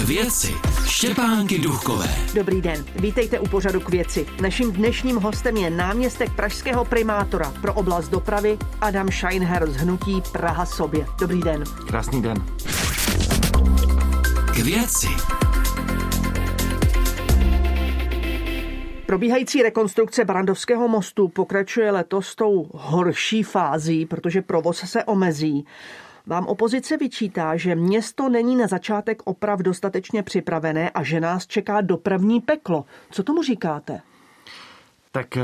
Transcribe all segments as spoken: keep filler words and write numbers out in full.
věci Štěpánky Duchkové. Dobrý den, vítejte u pořadu K věci. Naším dnešním hostem je náměstek pražského primátora pro oblast dopravy Adam Scheinherr z hnutí Praha sobě. Dobrý den. Krásný den. K věci. Probíhající rekonstrukce Barrandovského mostu pokračuje letos tou horší fází, protože provoz se omezí. Vám opozice vyčítá, že město není na začátek oprav dostatečně připravené a že nás čeká dopravní peklo. Co tomu říkáte? Tak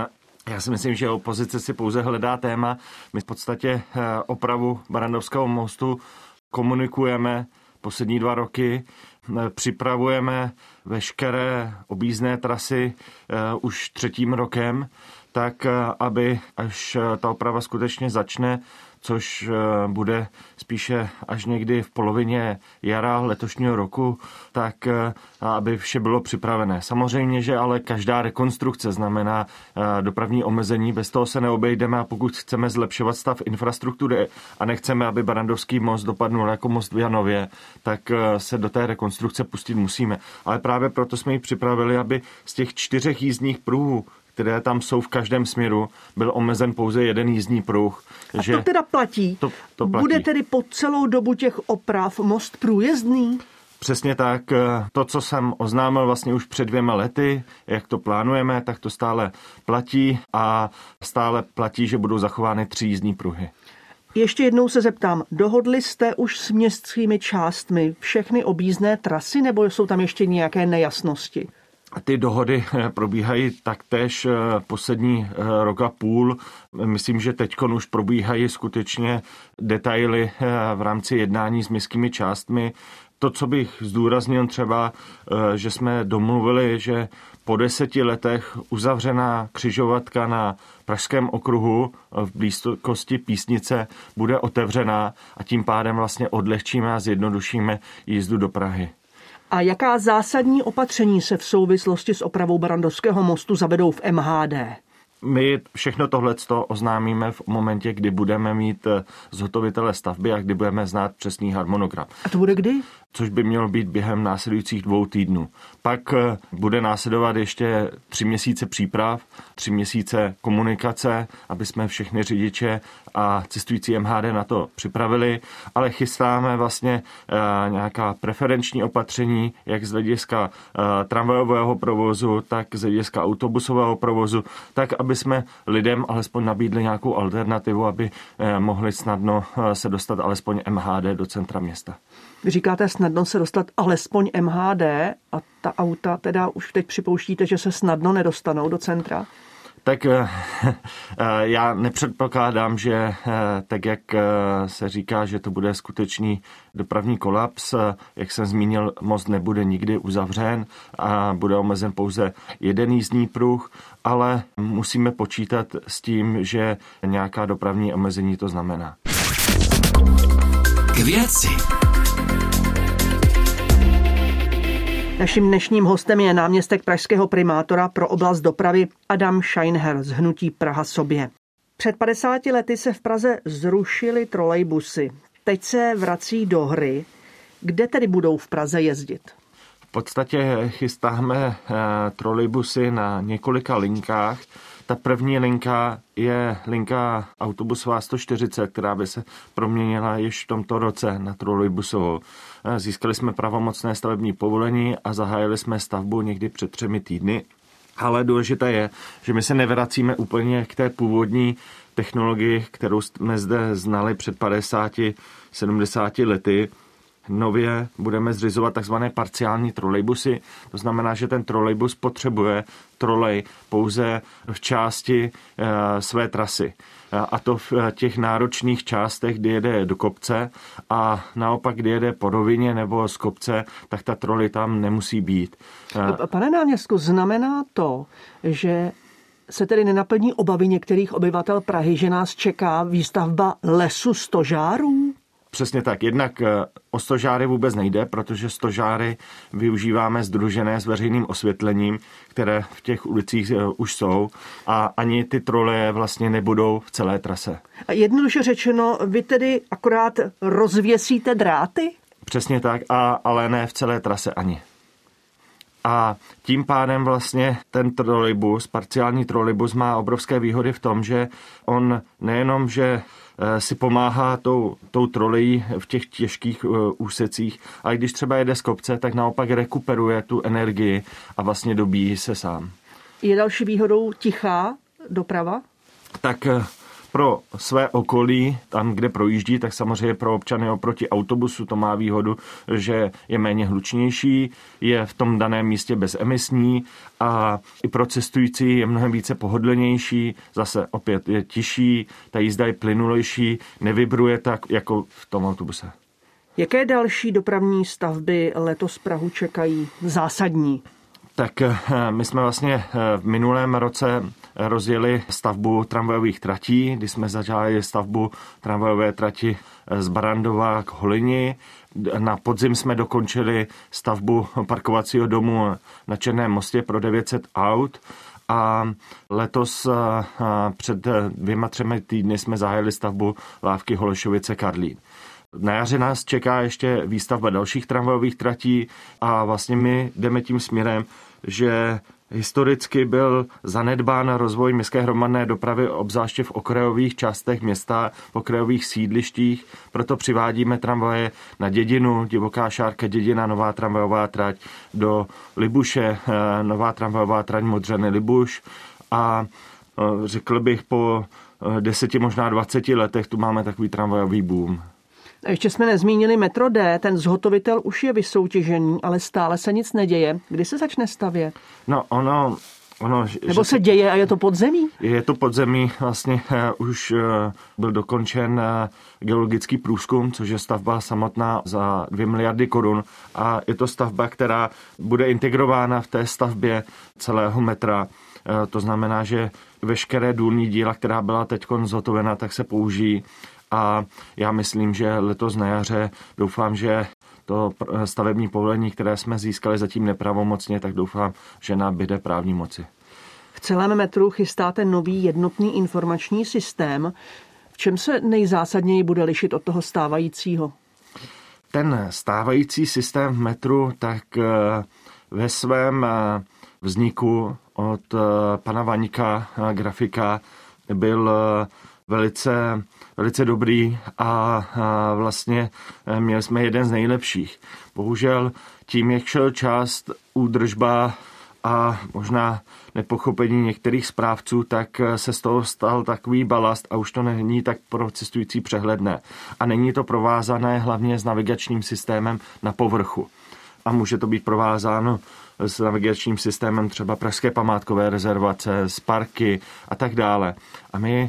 já si myslím, že opozice si pouze hledá téma. My v podstatě opravu Barrandovského mostu komunikujeme poslední dva roky, připravujeme veškeré objízdné trasy už třetím rokem, tak aby až ta oprava skutečně začne, což bude spíše až někdy v polovině jara letošního roku, tak aby vše bylo připravené. Samozřejmě, že ale každá rekonstrukce znamená dopravní omezení, bez toho se neobejdeme a pokud chceme zlepšovat stav infrastruktury a nechceme, aby Barrandovský most dopadnul jako most v Janově, tak se do té rekonstrukce pustit musíme. Ale právě proto jsme ji připravili, aby z těch čtyřech jízdních pruhů, které tam jsou v každém směru, byl omezen pouze jeden jízdní pruh. A že to teda platí? To, to platí. Bude tedy po celou dobu těch oprav most průjezdný? Přesně tak. To, co jsem oznámil vlastně už před dvěma lety, jak to plánujeme, tak to stále platí a stále platí, že budou zachovány tři jízdní pruhy. Ještě jednou se zeptám, dohodli jste už s městskými částmi všechny objízdné trasy, nebo jsou tam ještě nějaké nejasnosti? Ty dohody probíhají taktéž poslední rok a půl. Myslím, že teď už probíhají skutečně detaily v rámci jednání s městskými částmi. To, co bych zdůraznil třeba, že jsme domluvili, že po deseti letech uzavřená křižovatka na Pražském okruhu v blízkosti Písnice bude otevřená a tím pádem vlastně odlehčíme a zjednodušíme jízdu do Prahy. A jaká zásadní opatření se v souvislosti s opravou Barrandovského mostu zavedou v M H D? My všechno tohleto oznámíme v momentě, kdy budeme mít zhotovitele stavby a kdy budeme znát přesný harmonogram. A to bude kdy? Což by mělo být během následujících dvou týdnů. Pak bude následovat ještě tři měsíce příprav, tři měsíce komunikace, aby jsme všechny řidiče a cestující M H D na to připravili, ale chystáme vlastně nějaká preferenční opatření, jak z hlediska tramvajového provozu, tak z hlediska autobusového provozu, tak aby jsme lidem alespoň nabídli nějakou alternativu, aby mohli snadno se dostat alespoň M H D do centra města. Vy říkáte snadno se dostat alespoň M H D a ta auta teda už teď připouštíte, že se snadno nedostanou do centra? Tak já nepředpokládám, že tak, jak se říká, že to bude skutečný dopravní kolaps, jak jsem zmínil, most nebude nikdy uzavřen a bude omezen pouze jeden jízdní pruh, ale musíme počítat s tím, že nějaká dopravní omezení to znamená. K věci. Naším dnešním hostem je náměstek pražského primátora pro oblast dopravy Adam Scheinherr z hnutí Praha sobě. Před padesáti lety se v Praze zrušily trolejbusy. Teď se vrací do hry. Kde tedy budou v Praze jezdit? V podstatě chystáme trolejbusy na několika linkách. Ta první linka je linka autobusová sto čtyřicet, která by se proměnila již v tomto roce na trolejbusovou. Získali jsme pravomocné stavební povolení a zahájili jsme stavbu někdy před třemi týdny. Ale důležité je, že my se nevracíme úplně k té původní technologii, kterou jsme zde znali před padesáti sedmdesáti lety. Nově budeme zřizovat takzvané parciální trolejbusy. To znamená, že ten trolejbus potřebuje trolej pouze v části e, své trasy. A to v těch náročných částech, kdy jede do kopce a naopak, kdy jede po rovině nebo z kopce, tak ta trolej tam nemusí být. Pane náměstku, znamená to, že se tedy nenaplní obavy některých obyvatel Prahy, že nás čeká výstavba lesu stožárů? Přesně tak. Jednak o stožáry vůbec nejde, protože stožáry využíváme sdružené s veřejným osvětlením, které v těch ulicích už jsou a ani ty troleje vlastně nebudou v celé trase. A jednoduše řečeno, vy tedy akorát rozvěsíte dráty? Přesně tak, a, ale ne v celé trase ani. A tím pádem vlastně ten trolejbus, parciální trolejbus má obrovské výhody v tom, že on nejenom, že si pomáhá tou, tou trolejí v těch těžkých úsecích, ale když třeba jede z kopce, tak naopak rekuperuje tu energii a vlastně dobíjí se sám. Je další výhodou tichá doprava? Tak pro své okolí, tam, kde projíždí, tak samozřejmě pro občany oproti autobusu to má výhodu, že je méně hlučnější, je v tom daném místě bezemisní a i pro cestující je mnohem více pohodlnější, zase opět je tišší, ta jízda je plynulejší, nevibruje tak jako v tom autobuse. Jaké další dopravní stavby letos Prahu čekají zásadní? Tak my jsme vlastně v minulém roce rozjeli stavbu tramvajových tratí, kdy jsme začali stavbu tramvajové trati z Barrandova k Holyni. Na podzim jsme dokončili stavbu parkovacího domu na Černém mostě pro devět set aut a letos před dvěma, třemi týdny jsme zahájili stavbu lávky Holešovice-Karlín. Na jaře nás čeká ještě výstavba dalších tramvajových tratí a vlastně my jdeme tím směrem, že historicky byl zanedbán rozvoj městské hromadné dopravy, obzvláště v okrajových částech města, v okrajových sídlištích. Proto přivádíme tramvaje na Dědinu, Divoká Šárka, Dědina, nová tramvajová trať, do Libuše, nová tramvajová trať Modřany Libuš a řekl bych po deseti, možná dvaceti letech tu máme takový tramvajový boom. A ještě jsme nezmínili metro D, ten zhotovitel už je vysoutěžený, ale stále se nic neděje. Kdy se začne stavět? No ono... ono Nebo se děje a je to podzemí? Je to podzemí, vlastně uh, už uh, byl dokončen uh, geologický průzkum, což je stavba samotná za dvě miliardy korun a je to stavba, která bude integrována v té stavbě celého metra. Uh, to znamená, že veškeré důlní díla, která byla teď zhotovena, tak se použijí. A já myslím, že letos na jaře doufám, že to stavební povolení, které jsme získali zatím nepravomocně, tak doufám, že nabyde právní moci. V celém metru chystáte nový jednotný informační systém. V čem se nejzásadněji bude lišit od toho stávajícího? Ten stávající systém v metru, tak ve svém vzniku od pana Vaňka, grafika, byl velice, velice dobrý a, a vlastně měli jsme jeden z nejlepších. Bohužel tím, jak šel čas, údržba a možná nepochopení některých správců, tak se z toho stal takový balast a už to není tak pro cestující přehledné. A není to provázané hlavně s navigačním systémem na povrchu. A může to být provázáno s navigačním systémem třeba pražské památkové rezervace, s parky a tak dále. A my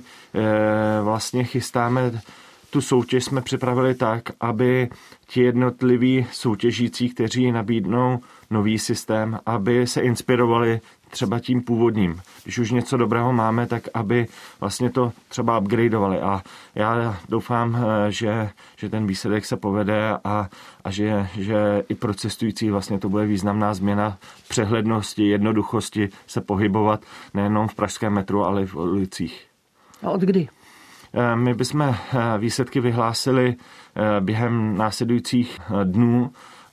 e, vlastně chystáme, tu soutěž jsme připravili tak, aby ti jednotliví soutěžící, kteří nabídnou nový systém, aby se inspirovali třeba tím původním. Když už něco dobrého máme, tak aby vlastně to třeba upgradeovali. A já doufám, že, že ten výsledek se povede a, a že, že i pro cestující vlastně to bude významná změna přehlednosti, jednoduchosti se pohybovat nejenom v pražském metru, ale i v ulicích. A od kdy? My bychom výsledky vyhlásili během následujících dnů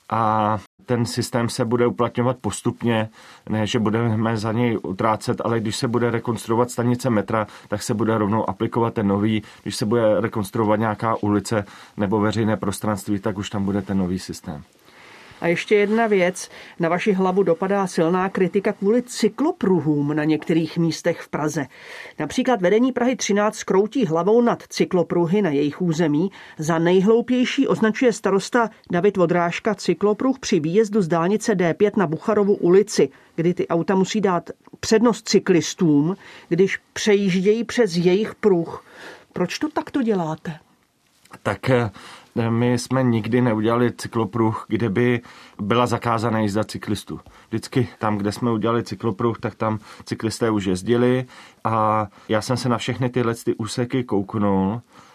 a ten systém se bude uplatňovat postupně, ne, že budeme za něj utrácet, ale když se bude rekonstruovat stanice metra, tak se bude rovnou aplikovat ten nový. Když se bude rekonstruovat nějaká ulice nebo veřejné prostranství, tak už tam bude ten nový systém. A ještě jedna věc. Na vaši hlavu dopadá silná kritika kvůli cyklopruhům na některých místech v Praze. Například vedení Prahy třináct kroutí hlavou nad cyklopruhy na jejich území. Za nejhloupější označuje starosta David Vodrážka cyklopruh při výjezdu z dálnice D pět na Bucharovu ulici, kdy ty auta musí dát přednost cyklistům, když přejíždějí přes jejich pruh. Proč to takto děláte? Tak my jsme nikdy neudělali cyklopruh, kde by byla zakázaná jízda cyklistů. Vždycky tam, kde jsme udělali cyklopruh, tak tam cyklisté už jezdili a já jsem se na všechny tyhle ty úseky kouknul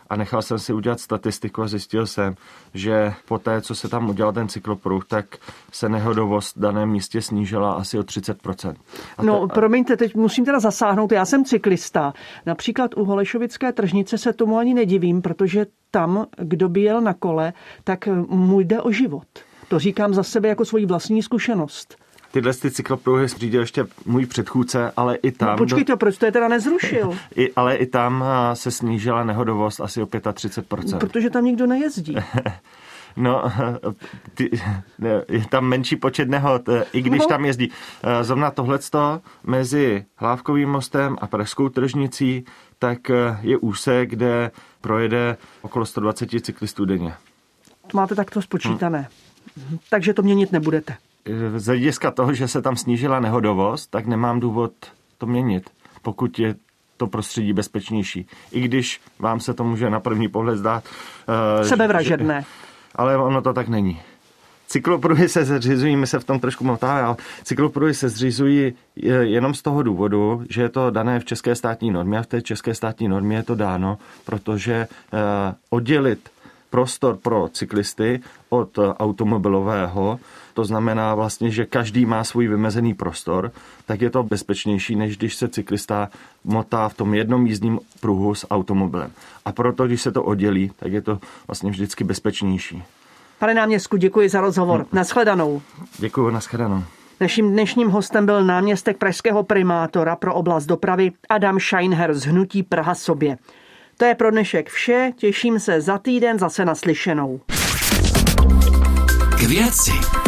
a nechal jsem si udělat statistiku a zjistil jsem, že po té, co se tam udělal ten cyklopruh, tak se nehodovost v daném místě snížila asi o třicet procent. A no, to, promiňte, teď musím teda zasáhnout. Já jsem cyklista. Například u Holešovické tržnice se tomu ani nedivím, protože tam, kdo by jel na kole, tak mu jde o život. To říkám za sebe jako svoji vlastní zkušenost. Tyhle ty cyklopruhy zřídil ještě můj předchůdce, ale i tam... No, počkejte, do... proč to je teda nezrušil? I, ale i tam se snížila nehodovost asi o třicet pět procent. Protože tam nikdo nejezdí. No, ty, je tam menší počet nehod, i když no. tam jezdí. Zrovna tohleto mezi Hlávkovým mostem a Pražskou tržnicí, tak je úsek, kde projede okolo sto dvacet cyklistů denně. To máte takto spočítané. Hmm. Takže to měnit nebudete. Z hlediska toho, že se tam snížila nehodovost, tak nemám důvod to měnit, pokud je to prostředí bezpečnější. I když vám se to může na první pohled zdát... Uh, sebevražedné. Že, ale ono to tak není. Cyklopruhy se zřizují, my se v tom trošku motáme, ale cyklopruhy se zřizují jenom z toho důvodu, že je to dané v české státní normě a v té české státní normě je to dáno, protože uh, oddělit prostor pro cyklisty od automobilového, to znamená vlastně, že každý má svůj vymezený prostor, tak je to bezpečnější, než když se cyklista motá v tom jednom jízdním pruhu s automobilem. A proto, když se to oddělí, tak je to vlastně vždycky bezpečnější. Pane náměstku, děkuji za rozhovor. Hmm. Nashledanou. Děkuji, nashledanou. Naším dnešním hostem byl náměstek pražského primátora pro oblast dopravy Adam Scheinher z hnutí Praha sobě. To je pro dnešek vše, těším se za týden zase naslyšenou. K věci.